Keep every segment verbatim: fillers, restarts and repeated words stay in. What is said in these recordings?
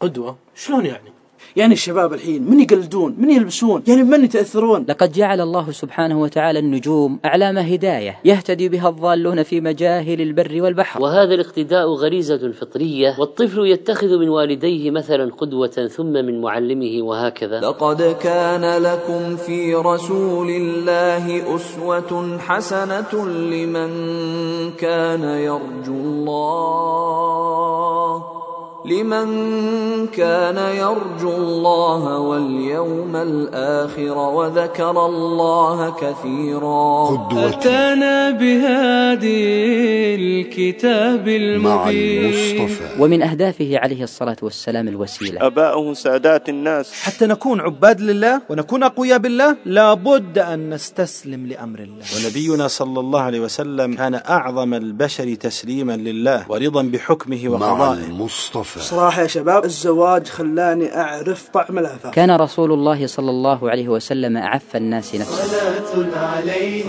قدوة؟ شلون يعني؟ يعني الشباب الحين من يقلدون، من يلبسون، يعني من يتأثرون. لقد جعل الله سبحانه وتعالى النجوم أعلام هداية يهتدي بها الضالون في مجاهل البر والبحر، وهذا الاقتداء غريزة فطرية، والطفل يتخذ من والديه مثلا قدوة ثم من معلمه وهكذا. لقد كان لكم في رسول الله أسوة حسنة لمن كان يرجو الله لمن كان يرجو الله واليوم الآخر وذكر الله كثيرا. أتانا بهادي الكتاب المبين. ومن أهدافه عليه الصلاة والسلام الوسيلة. أباؤه سادات الناس. حتى نكون عباد لله ونكون أقوياء بالله لابد أن نستسلم لأمر الله. ونبينا صلى الله عليه وسلم كان أعظم البشر تسليما لله ورضا بحكمه وقضائه. صراحة يا شباب الزواج خلاني أعرف طعم العفاف. كان رسول الله صلى الله عليه وسلم أعف الناس نفسه. صلاة عليه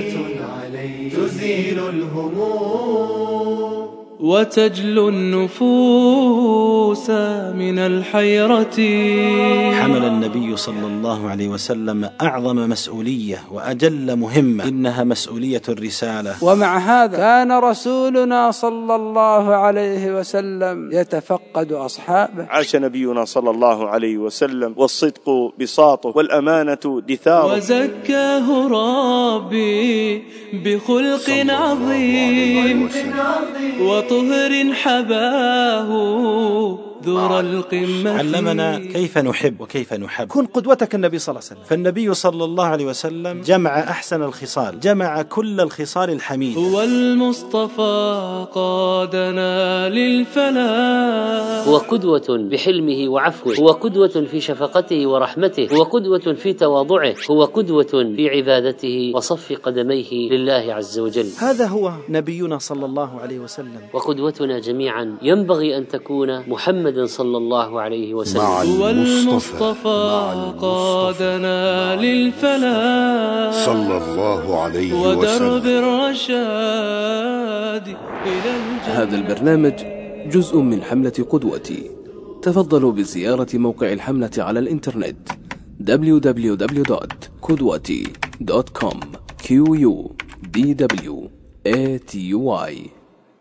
تزيل الهموم وتجلو النفوس من الحيرة. حمل النبي صلى الله عليه وسلم أعظم مسؤولية وأجل مهمة، إنها مسؤولية الرسالة. ومع هذا كان رسولنا صلى الله عليه وسلم يتفقد أصحابه. عاش نبينا صلى الله عليه وسلم والصدق بساطه والأمانة دثاره. وزكاه ربي بخلق عظيم وطهر حباه ذور القمة. علمنا كيف نحب وكيف نحب. كن قدوتك النبي صلى الله عليه وسلم. فالنبي صلى الله عليه وسلم جمع أحسن الخصال، جمع كل الخصال الحميدة. هو المصطفى قادنا للفلاح. هو قدوة بحلمه وعفوه، هو قدوة في شفقته ورحمته، هو قدوة في تواضعه، هو قدوة في عبادته وصف قدميه لله عز وجل. هذا هو نبينا صلى الله عليه وسلم. وقدوتنا جميعا ينبغي أن تكون محمد صلى الله عليه وسلم. هو المصطفى قادنا للفلاح صلى الله عليه وسلم ودرب الرشاد إلى الجنة. هذا البرنامج جزء من حملة قدوتي. تفضلوا بزيارة موقع الحملة على الإنترنت دبليو دبليو دبليو دوت قدوتي دوت كوم. كيو يو دي دبليو اي تي واي.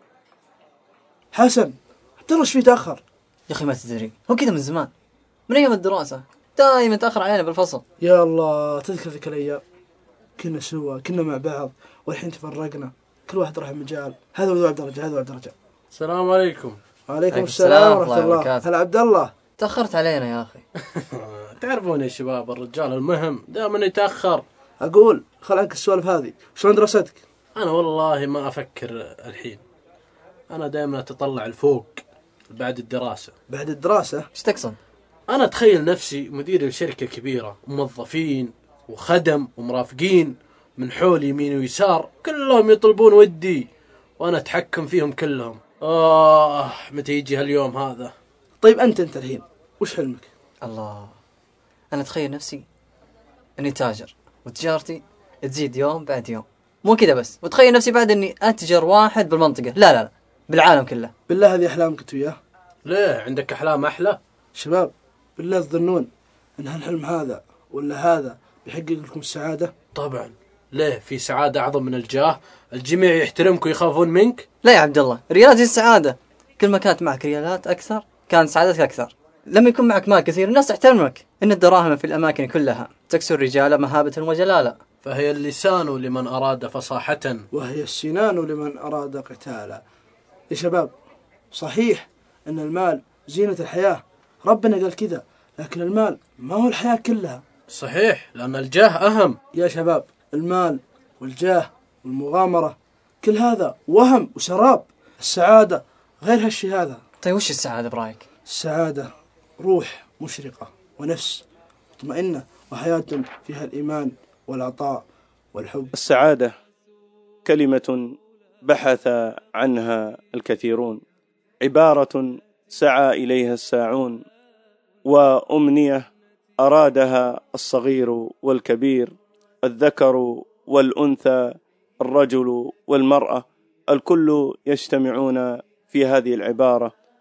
حسن ترى ايش في تأخر؟ يا أخي ما تدري، هو كذا من زمان، من أيام الدراسة دائما تأخر علينا بالفصل. يا الله تذكر ذيك الأيام كنا سوا، كنا مع بعض، والحين تفرقنا، كل واحد راح مجال. هذا هو عبد الرجال، هذا هو عبد الرجال. السلام عليكم. وعليكم السلام ورحمة الله. هلا عبد الله. تأخرت علينا يا أخي. تعرفون يا شباب الرجال المهم دائما يتأخر. أقول خل عنك السوالف هذه، شلون دراستك؟ أنا والله ما أفكر الحين، أنا دائما أتطلع الفوق بعد الدراسة. بعد الدراسة؟ إيش تقصد؟ أنا أتخيل نفسي مدير لشركة كبيرة، موظفين وخدم ومرافقين من حول يمين ويسار، كلهم يطلبون ودي وأنا أتحكم فيهم كلهم. آه متى يجي هاليوم هذا؟ طيب أنت أنت الحين وش حلمك؟ الله، أنا أتخيل نفسي أني تاجر وتجارتي تزيد يوم بعد يوم، مو كذا بس، وتخيل نفسي بعد أني أتجر واحد بالمنطقة، لا لا لا بالعالم كله. بالله هذه أحلامك أنت وياه؟ ليه عندك أحلام أحلى؟ شباب بالله تظنون أن هالحلم هذا ولا هذا بيحقق لكم السعادة؟ طبعا. ليه في سعادة أعظم من الجاه؟ الجميع يحترمك ويخافون منك؟ لا يا عبد الله، ريالات هي السعادة. كل ما كانت معك ريالات أكثر كانت سعادتك أكثر. لما يكون معك مال كثير الناس تحترمك. إن الدراهم في الأماكن كلها تكسر الرجال مهابة وجلالة. فهي اللسان لمن أراد فصاحة، وهي السنان لمن أراد قتالا. يا شباب صحيح أن المال زينة الحياة، ربنا قال كذا، لكن المال ما هو الحياة كلها. صحيح، لأن الجاه أهم. يا شباب المال والجاه والمغامرة كل هذا وهم وسراب. السعادة غير هالشي هذا. طيب وش السعادة برأيك؟ السعادة روح مشرقة ونفس مطمئنة وحياة فيها الإيمان والعطاء والحب. السعادة كلمة بحث عنها الكثيرون، عبارة سعى إليها الساعون، وأمنية أرادها الصغير والكبير، الذكر والأنثى، الرجل والمرأة، الكل يجتمعون في هذه العبارة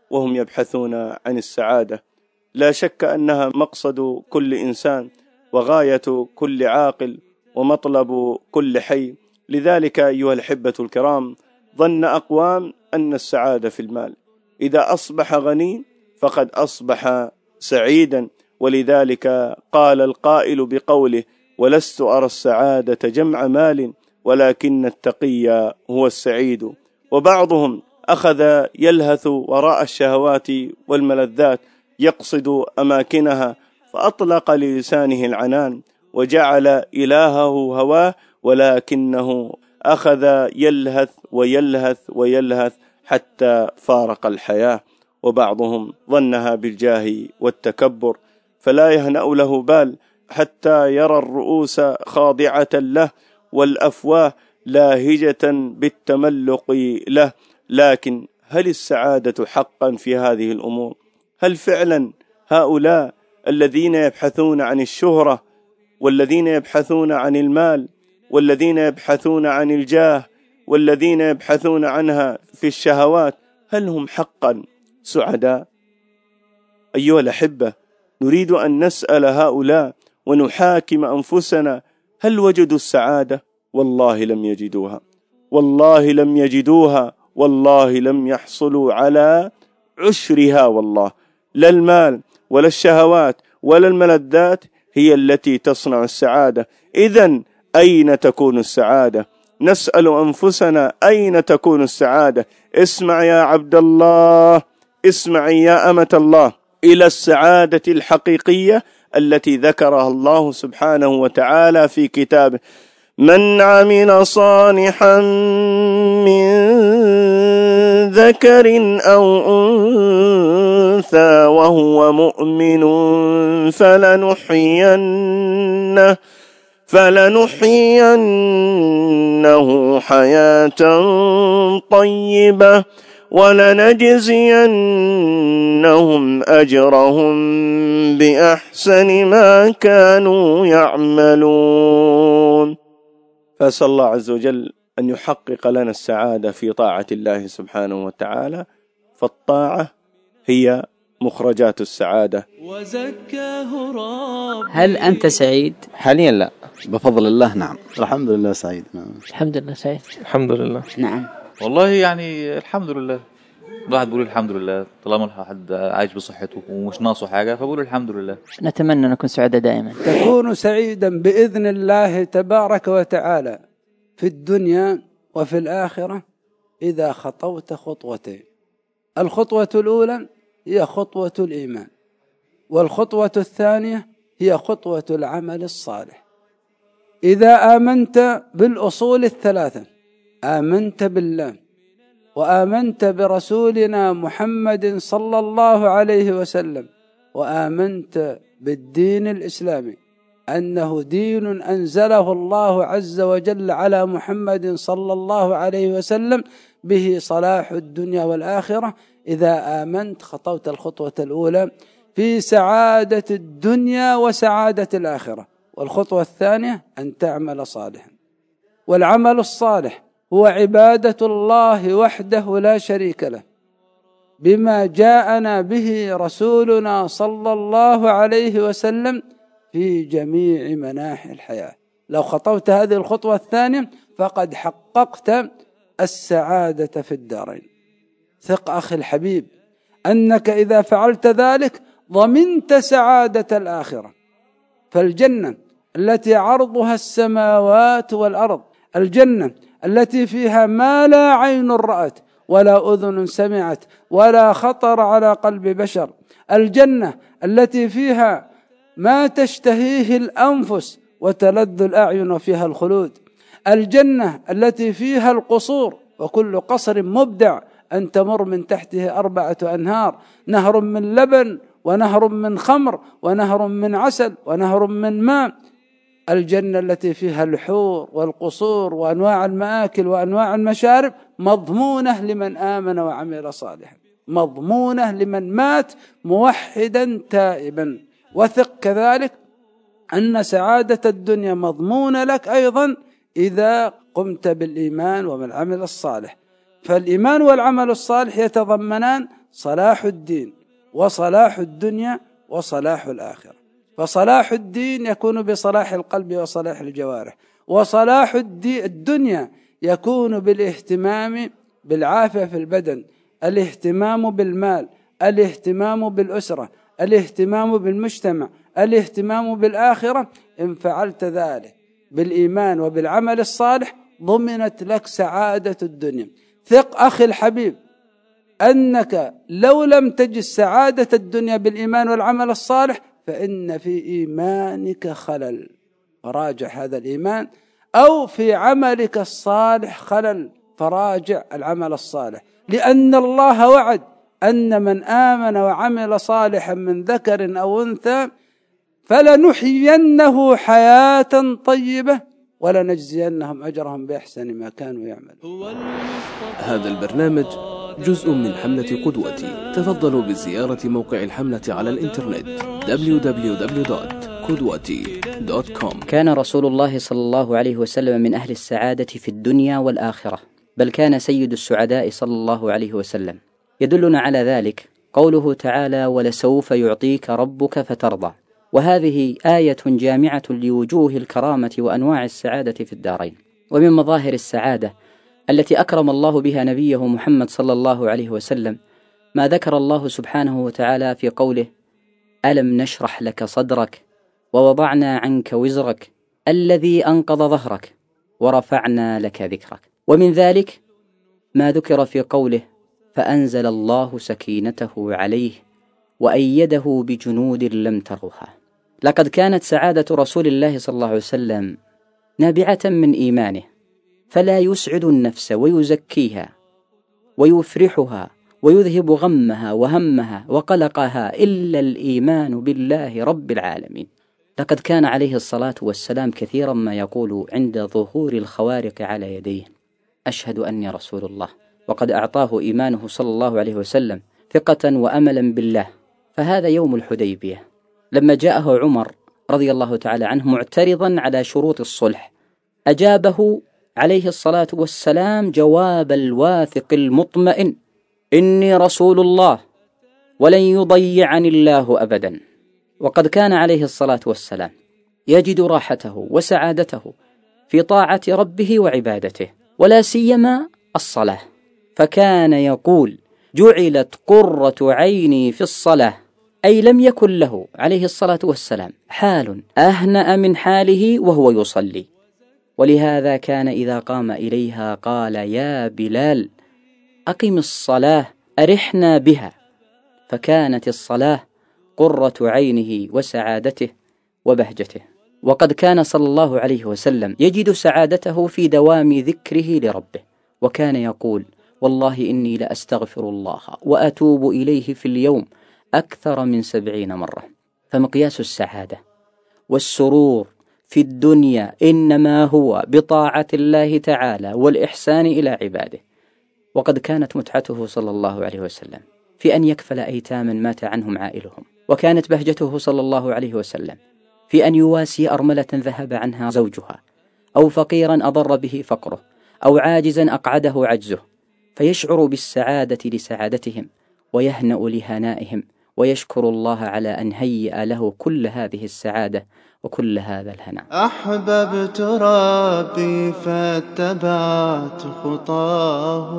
وهم يبحثون عن السعادة. لا شك أنها مقصد كل إنسان وغاية كل عاقل ومطلب كل حي. لذلك أيها الأحبة الكرام، ظن أقوام أن السعادة في المال، إذا أصبح غني فقد أصبح سعيدا. ولذلك قال القائل بقوله: ولست أرى السعادة جمع مال ولكن التقي هو السعيد. وبعضهم أخذ يلهث وراء الشهوات والملذات يقصد أماكنها، فأطلق للسانه العنان وجعل إلهه هواه، ولكنه أخذ يلهث ويلهث ويلهث حتى فارق الحياة. وبعضهم ظنها بالجاه والتكبر، فلا يهنأ له بال حتى يرى الرؤوس خاضعة له والأفواه لاهجة بالتملق له. لكن هل السعادة حقا في هذه الأمور؟ هل فعلا هؤلاء الذين يبحثون عن الشهرة والذين يبحثون عن المال والذين يبحثون عن الجاه والذين يبحثون عنها في الشهوات، هل هم حقا سعداء؟ أيها الأحبة، نريد أن نسأل هؤلاء ونحاكم أنفسنا، هل وجدوا السعادة؟ والله لم يجدوها، والله لم يجدوها، والله لم يحصلوا على عشرها. والله لا المال ولا الشهوات ولا الملذات هي التي تصنع السعادة. إذن أين تكون السعادة؟ نسأل أنفسنا أين تكون السعادة؟ اسمع يا عبد الله، اسمعي يا أمة الله إلى السعادة الحقيقية التي ذكرها الله سبحانه وتعالى في كتابه: من عمل صالحا من ذكر أو أنثى وهو مؤمن فلنحيينه فلنحيينه حياة طيبة ولنجزينهم أجرهم بأحسن ما كانوا يعملون. فأسأل الله عز وجل أن يحقق لنا السعادة في طاعة الله سبحانه وتعالى، فالطاعة هي مخرجات السعادة. هل أنت سعيد؟ حاليا لا، بفضل الله نعم. الحمد لله سعيد. نعم. الحمد لله سعيد. الحمد لله. نعم. والله يعني الحمد لله، الواحد بيقول الحمد لله طالما الواحد عايش بصحته ومش ناقصه حاجة، فبقول الحمد لله. نتمنى أن نكون سعداء دائما. تكون سعيدا بإذن الله تبارك وتعالى في الدنيا وفي الآخرة إذا خطوت خطوتين. الخطوة الأولى هي خطوة الإيمان، والخطوة الثانية هي خطوة العمل الصالح. إذا آمنت بالأصول الثلاثة، آمنت بالله وآمنت برسولنا محمد صلى الله عليه وسلم وآمنت بالدين الإسلامي أنه دين أنزله الله عز وجل على محمد صلى الله عليه وسلم به صلاح الدنيا والآخرة، إذا آمنت خطوت الخطوة الأولى في سعادة الدنيا وسعادة الآخرة. والخطوة الثانية أن تعمل صالحا، والعمل الصالح هو عبادة الله وحده لا شريك له بما جاءنا به رسولنا صلى الله عليه وسلم في جميع مناحي الحياة. لو خطوت هذه الخطوة الثانية فقد حققت السعادة في الدارين. ثق أخي الحبيب أنك إذا فعلت ذلك ضمنت سعادة الآخرة. فالجنة التي عرضها السماوات والأرض، الجنة التي فيها ما لا عين رأت ولا أذن سمعت ولا خطر على قلب بشر، الجنة التي فيها ما تشتهيه الأنفس وتلذ الأعين وفيها الخلود، الجنة التي فيها القصور وكل قصر مبدع أن تمر من تحته أربعة أنهار، نهر من لبن ونهر من خمر ونهر من عسل ونهر من ماء، الجنة التي فيها الحور والقصور وأنواع المآكل وأنواع المشارب مضمونة لمن آمن وعمل صالحا، مضمونة لمن مات موحدا تائبا. وثق كذلك أن سعادة الدنيا مضمونة لك أيضا إذا قمت بالإيمان والعمل الصالح. فالإيمان والعمل الصالح يتضمنان صلاح الدين وصلاح الدنيا وصلاح الآخرة. فصلاح الدين يكون بصلاح القلب وصلاح الجوارح، وصلاح الدنيا يكون بالاهتمام بالعافية في البدن، الاهتمام بالمال، الاهتمام بالأسرة، الاهتمام بالمجتمع، الاهتمام بالآخرة. إن فعلت ذلك بالإيمان وبالعمل الصالح ضمنت لك سعادة الدنيا. ثق أخي الحبيب أنك لو لم تجد سعادة الدنيا بالإيمان والعمل الصالح فإن في إيمانك خلل، فراجع هذا الإيمان، أو في عملك الصالح خلل، فراجع العمل الصالح. لأن الله وعد أن من آمن وعمل صالحا من ذكر أو أنثى فلنحيينه حياة طيبة ولنجزينهم أجرهم بأحسن ما كانوا يعملون. هذا البرنامج جزء من حملة قدوتي. تفضلوا بزيارة موقع الحملة على الإنترنت دبليو دبليو دبليو دوت قدوتي دوت كوم. كان رسول الله صلى الله عليه وسلم من أهل السعادة في الدنيا والآخرة، بل كان سيد السعداء صلى الله عليه وسلم. يدلنا على ذلك قوله تعالى: ولسوف يعطيك ربك فترضى. وهذه آية جامعة لوجوه الكرامة وأنواع السعادة في الدارين. ومن مظاهر السعادة التي أكرم الله بها نبيه محمد صلى الله عليه وسلم ما ذكر الله سبحانه وتعالى في قوله: ألم نشرح لك صدرك ووضعنا عنك وزرك الذي أنقض ظهرك ورفعنا لك ذكرك. ومن ذلك ما ذكر في قوله: فأنزل الله سكينته عليه وأيده بجنود لم تروها. لقد كانت سعادة رسول الله صلى الله عليه وسلم نابعة من إيمانه، فلا يسعد النفس ويزكيها ويفرحها ويذهب غمها وهمها وقلقها إلا الإيمان بالله رب العالمين. لقد كان عليه الصلاة والسلام كثيرا ما يقول عند ظهور الخوارق على يديه: أشهد أني رسول الله. وقد أعطاه إيمانه صلى الله عليه وسلم ثقة وأملا بالله. فهذا يوم الحديبية لما جاءه عمر رضي الله تعالى عنه معترضا على شروط الصلح، أجابه عليه الصلاة والسلام جواب الواثق المطمئن: إني رسول الله ولن يضيعني الله أبدا. وقد كان عليه الصلاة والسلام يجد راحته وسعادته في طاعة ربه وعبادته، ولا سيما الصلاة، فكان يقول: جعلت قرة عيني في الصلاة. أي لم يكن له عليه الصلاة والسلام حال أهنأ من حاله وهو يصلي. ولهذا كان إذا قام إليها قال: يا بلال أقم الصلاة أرحنا بها. فكانت الصلاة قرة عينه وسعادته وبهجته. وقد كان صلى الله عليه وسلم يجد سعادته في دوام ذكره لربه، وكان يقول: والله إني لأستغفر الله وأتوب إليه في اليوم أكثر من سبعين مرة. فمقياس السعادة والسرور في الدنيا إنما هو بطاعة الله تعالى والإحسان إلى عباده. وقد كانت متعته صلى الله عليه وسلم في أن يكفل أيتاما مات عنهم عائلهم، وكانت بهجته صلى الله عليه وسلم في أن يواسي أرملة ذهب عنها زوجها، أو فقيرا أضر به فقره، أو عاجزا أقعده عجزه، فيشعر بالسعادة لسعادتهم ويهنأ لهنائهم، ويشكر الله على أن هيأ له كل هذه السعادة وكل هذا الهناء. أحببت ربي فاتبعت خطاه،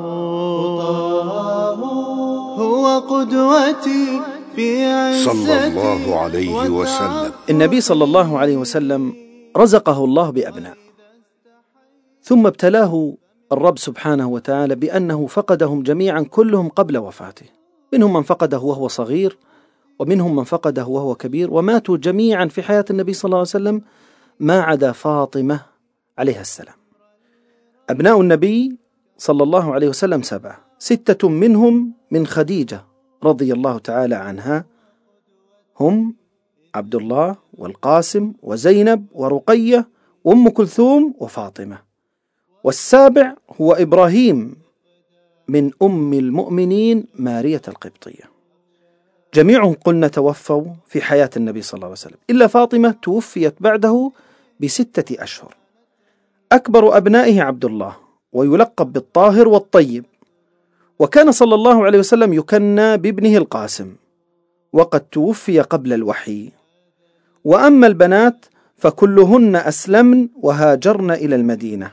هو قدوتي في عزتي صلى الله عليه وسلم. النبي صلى الله عليه وسلم رزقه الله بأبناء، ثم ابتلاه الرب سبحانه وتعالى بأنه فقدهم جميعا كلهم قبل وفاته. منهم من فقده وهو صغير، ومنهم من فقده وهو كبير، وماتوا جميعا في حياة النبي صلى الله عليه وسلم ما عدا فاطمة عليها السلام. أبناء النبي صلى الله عليه وسلم سبعة، ستة منهم من خديجة رضي الله تعالى عنها، هم عبد الله والقاسم وزينب ورقية وأم كلثوم وفاطمة، والسابع هو إبراهيم من أم المؤمنين مارية القبطية. جميعهم قلنا توفوا في حياة النبي صلى الله عليه وسلم، إلا فاطمة توفيت بعده بستة أشهر. أكبر أبنائه عبد الله، ويلقب بالطاهر والطيب، وكان صلى الله عليه وسلم يكنى بابنه القاسم، وقد توفي قبل الوحي. وأما البنات فكلهن أسلمن وهاجرن إلى المدينة.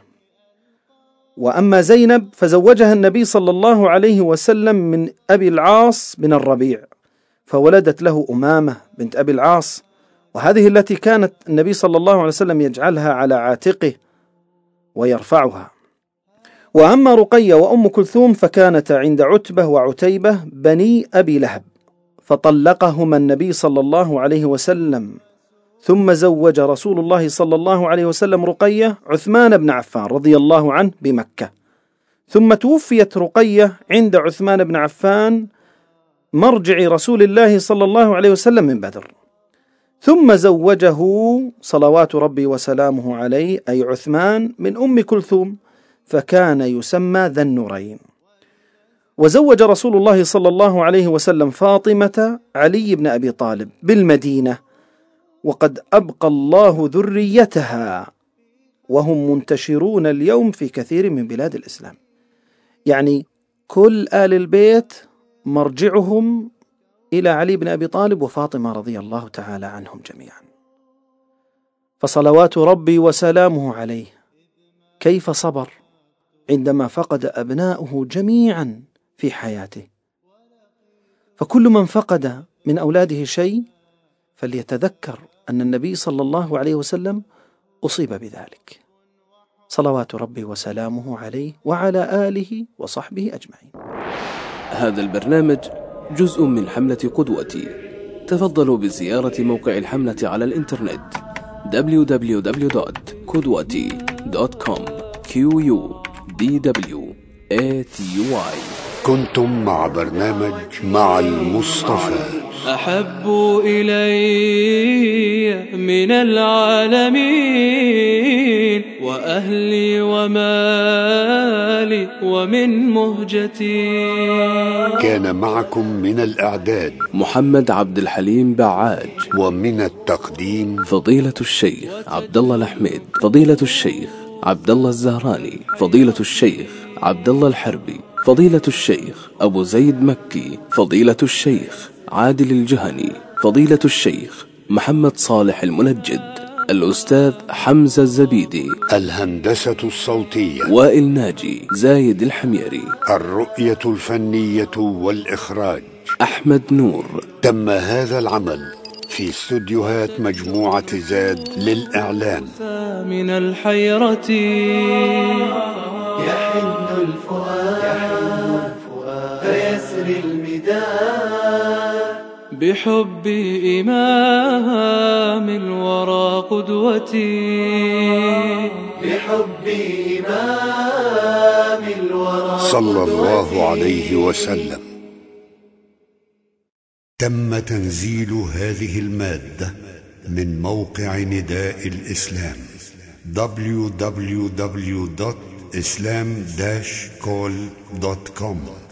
وأما زينب فزوجها النبي صلى الله عليه وسلم من أبي العاص بن الربيع، فولدت له أمامة بنت أبي العاص، وهذه التي كانت النبي صلى الله عليه وسلم يجعلها على عاتقه ويرفعها. وأما رقية وأم كلثوم فكانتا عند عتبة وعتيبة بني أبي لهب، فطلقهما النبي صلى الله عليه وسلم، ثم زوج رسول الله صلى الله عليه وسلم رقية عثمان بن عفان رضي الله عنه بمكة، ثم توفيت رقية عند عثمان بن عفان مرجع رسول الله صلى الله عليه وسلم من بدر، ثم زوجه صلوات ربي وسلامه عليه أي عثمان من أم كلثوم، فكان يسمى ذا النورين. وزوج رسول الله صلى الله عليه وسلم فاطمة علي بن أبي طالب بالمدينة، وقد أبقى الله ذريتها وهم منتشرون اليوم في كثير من بلاد الإسلام. يعني كل آل البيت مرجعهم إلى علي بن أبي طالب وفاطمة رضي الله تعالى عنهم جميعا. فصلوات ربي وسلامه عليه كيف صبر عندما فقد أبناؤه جميعا في حياته. فكل من فقد من أولاده شيء فليتذكر أن النبي صلى الله عليه وسلم أصيب بذلك، صلوات ربي وسلامه عليه وعلى آله وصحبه أجمعين. هذا البرنامج جزء من حملة قدوتي. تفضلوا بزيارة موقع الحملة على الإنترنت دبليو دبليو دبليو دوت قدوتي دوت كوم كيو يو دي دبليو إيه تي يو واي. كنتم مع برنامج مع المصطفى. أحب إلي من العالمين وأهلي ومالي ومن مهجتي. كان معكم من الإعداد محمد عبد الحليم بعاج، ومن التقديم فضيلة الشيخ عبد الله الحميد، فضيلة الشيخ عبد الله الزهراني، فضيلة الشيخ عبد الله الحربي، فضيلة الشيخ أبو زيد مكي، فضيلة الشيخ عادل الجهني، فضيلة الشيخ محمد صالح المنجد، الأستاذ حمزة الزبيدي، الهندسة الصوتية وائل ناجي، زايد الحميري، الرؤية الفنية والإخراج أحمد نور. تم هذا العمل في استوديوهات مجموعة زاد للإعلان. من الحيرة يحن الفؤاد فيسري المداد بحب إمام الورى قدوتي، بحب إمام الورى صلى الله عليه وسلم. تم تنزيل هذه المادة من موقع نداء الإسلام دبليو دبليو دبليو دوت إسلام داش كول دوت كوم.